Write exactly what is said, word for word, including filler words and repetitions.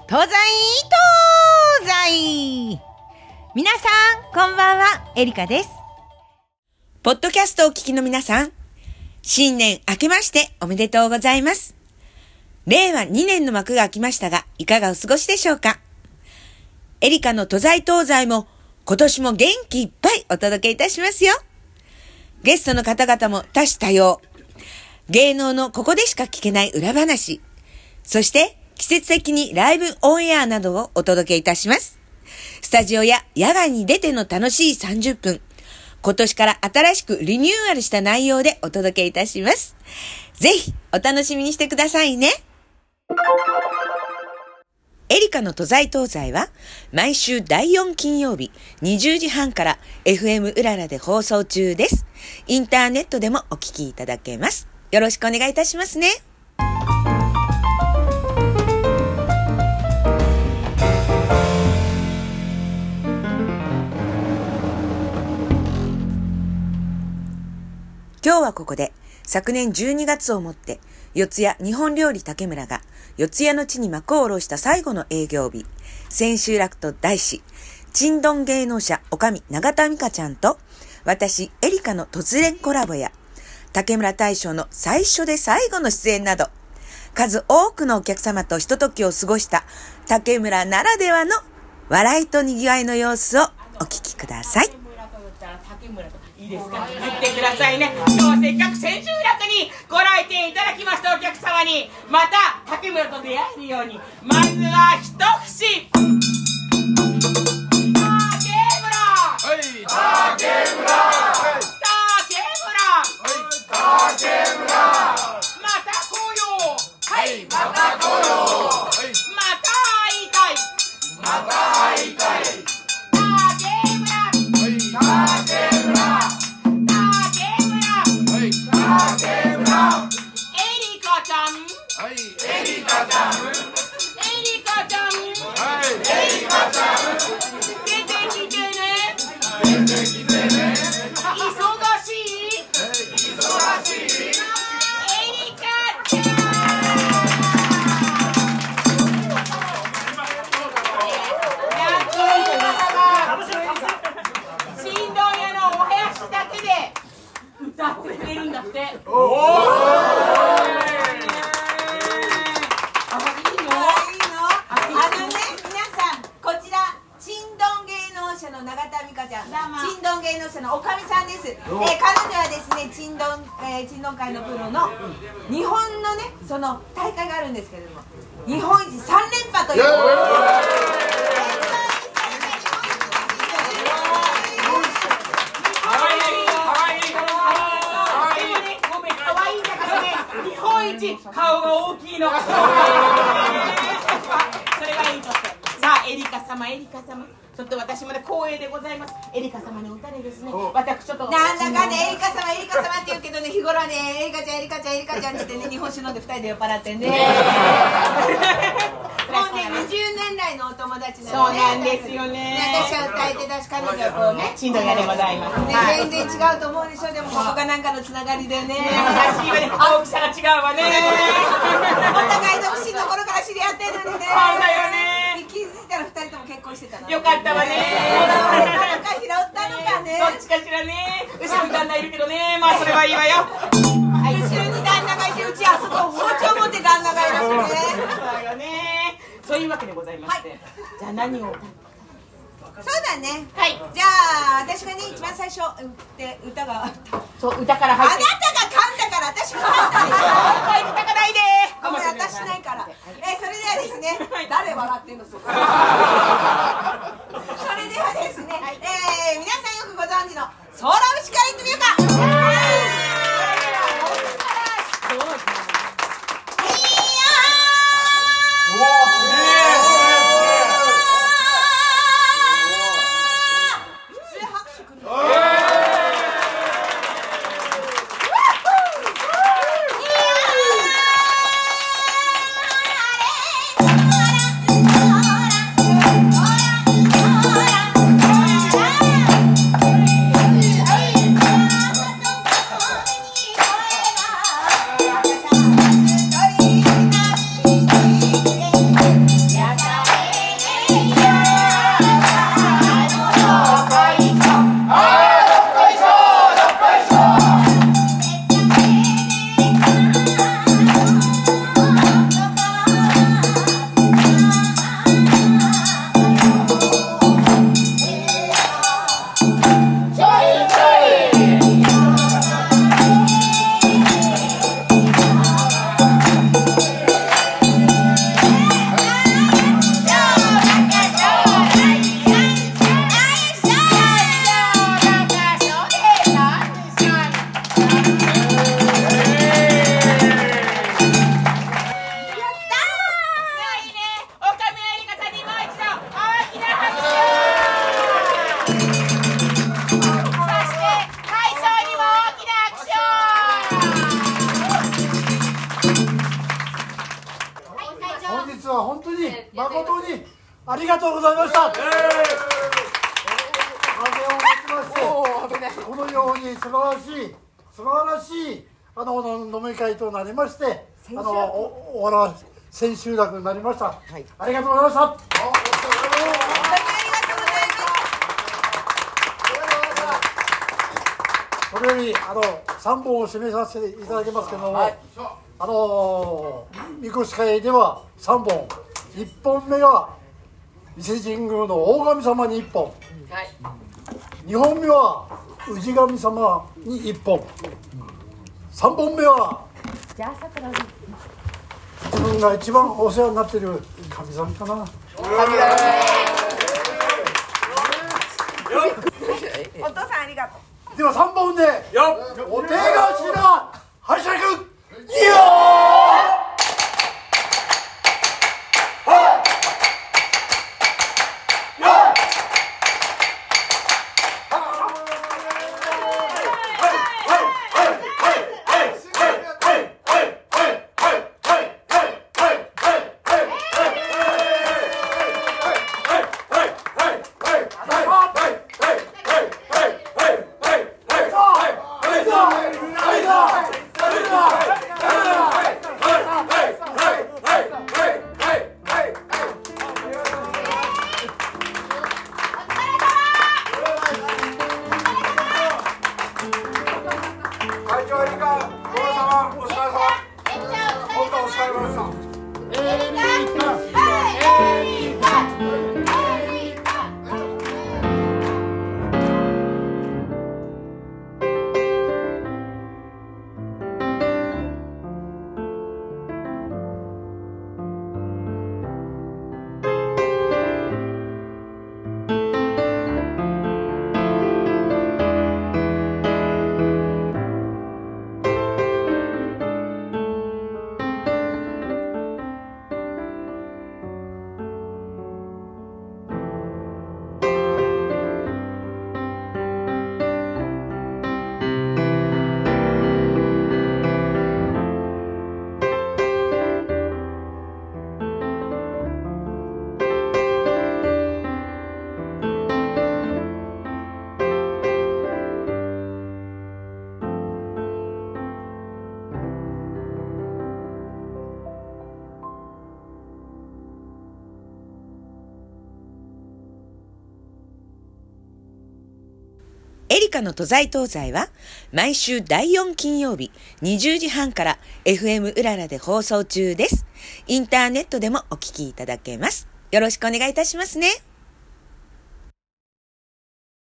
東西東西。皆さんこんばんは、エリカです。 ポッドキャストをお聞きの皆さん、新年明けましておめでとうございます。れいわにねんの幕が開きましたが、いかがお過ごしでしょうか。エリカの東西東西も今年も元気いっぱいお届けいたしますよ。ゲストの方々も多種多様、芸能のここでしか聞けない裏話、そして季節的にライブオンエアなどをお届けいたします。スタジオや野外に出ての楽しいさんじゅっぷん、今年から新しくリニューアルした内容でお届けいたします。ぜひお楽しみにしてくださいね。エリカの東西東西は毎週だいよん金曜日にじゅうじはんから エフエム うららで放送中です。インターネットでもお聞きいただけます。よろしくお願いいたしますね。今日はここで昨年じゅうにがつをもって四谷日本料理竹村が四谷の地に幕を下ろした最後の営業日、千秋楽と題し、ちんどん芸能者おかみ永田美香ちゃんと私エリカの突然コラボや竹村大将の最初で最後の出演など、数多くのお客様とひとときを過ごした竹村ならではの笑いとにぎわいの様子をお聞きください。 いいですか、言ってくださいね。今日はせっかく千秋楽にご来店いただきましたお客様にまた竹村と出会えるように、まずは一節竹村、はい竹村、はい竹村、また来よう、はいまた来よう、また会いたい、また会いたい、竹村、竹村、竹村、エリカちゃん、はい、エリカちゃん、エリカちゃん、はい、エリカちゃん、出てきてね、出てきてね、忙しい、忙しい、エリカちゃん。やっといい方が新道屋のお囃子だけで歌ってくれるんだって。おお、あ、いいの？ あのね、皆さんこちらちんどん芸能者の永田美香ちゃん、ちんどん芸能者のおかみさんです。えー、彼女はですね、ちんどん、えー、ちんどん界のプロの日本のね、その大会があるんですけれども、日本一さんれんぱという顔が大きいのそれがいいとして、さあエリカ様、エリカ様、ちょっと私まで光栄でございます。エリカ様の歌でですね、私ちょっとなんだかね、エリカ様エリカ様って言うけどね、日頃はね、エリカちゃんエリカちゃんエリカちゃんって言ってね、日本酒飲んでふたりで酔っ払ってんねもうね、にじゅうねん来のお友達なのね。 そうなんですよね。 私は歌い手だし、彼女はこうね、 ちんどん屋でございます、 ね、全然違うと思うでしょ。でもここがなんかのつながりでね、 私はね、大きさが違うわねお互い独身の頃から知り合ってるのにね。 そうだよね。 気づいたらふたりとも結婚してたの。 よかったわね。 なんか拾ったのかね。 どっちかしらね。後ろに旦那いるけどね、まあそれはいいわよ。 はい、後ろに旦那がいて、うちあそこ包丁持って旦那がいるしね。 そうよね。そういうわけでございまして、はい、じゃあ何を。 そうだね。 はい。 じゃあ私がね、一番最初で歌がそう歌から入って。 あなたが噛んだから私が噛んだでしょ。 はい、歌かないで。 ごめん、私しないから。えー、それではですね、誰笑ってんのそこ。それではですね、えー、皆さんよくご存知のソーラ節からいってみようか。 Hey! 本日は本当に誠にありがとうございました。風をもちましてこのように素晴らしい素晴らしいあの飲み会となりまして、あのおおわら千秋楽になりました、はい、ありがとうございました。本当にありがとうございます。それよりあのさんぼんを締めさせていただきますけども、はい、あのみこし会ではさんぼん、いっぽんめが伊勢神宮の大神様にいっぽん、はい、にほんめは氏神様にいっぽん、さんぼんめは自分が一番お世話になっている神様かな。お父さんありがとう。 ではさんぼんでお手頭拝借よエリカの都在東西は毎週だいよん金曜日にじゅうじはんから エフエム うららで放送中です。インターネットでもお聞きいただけます。よろしくお願いいたしますね。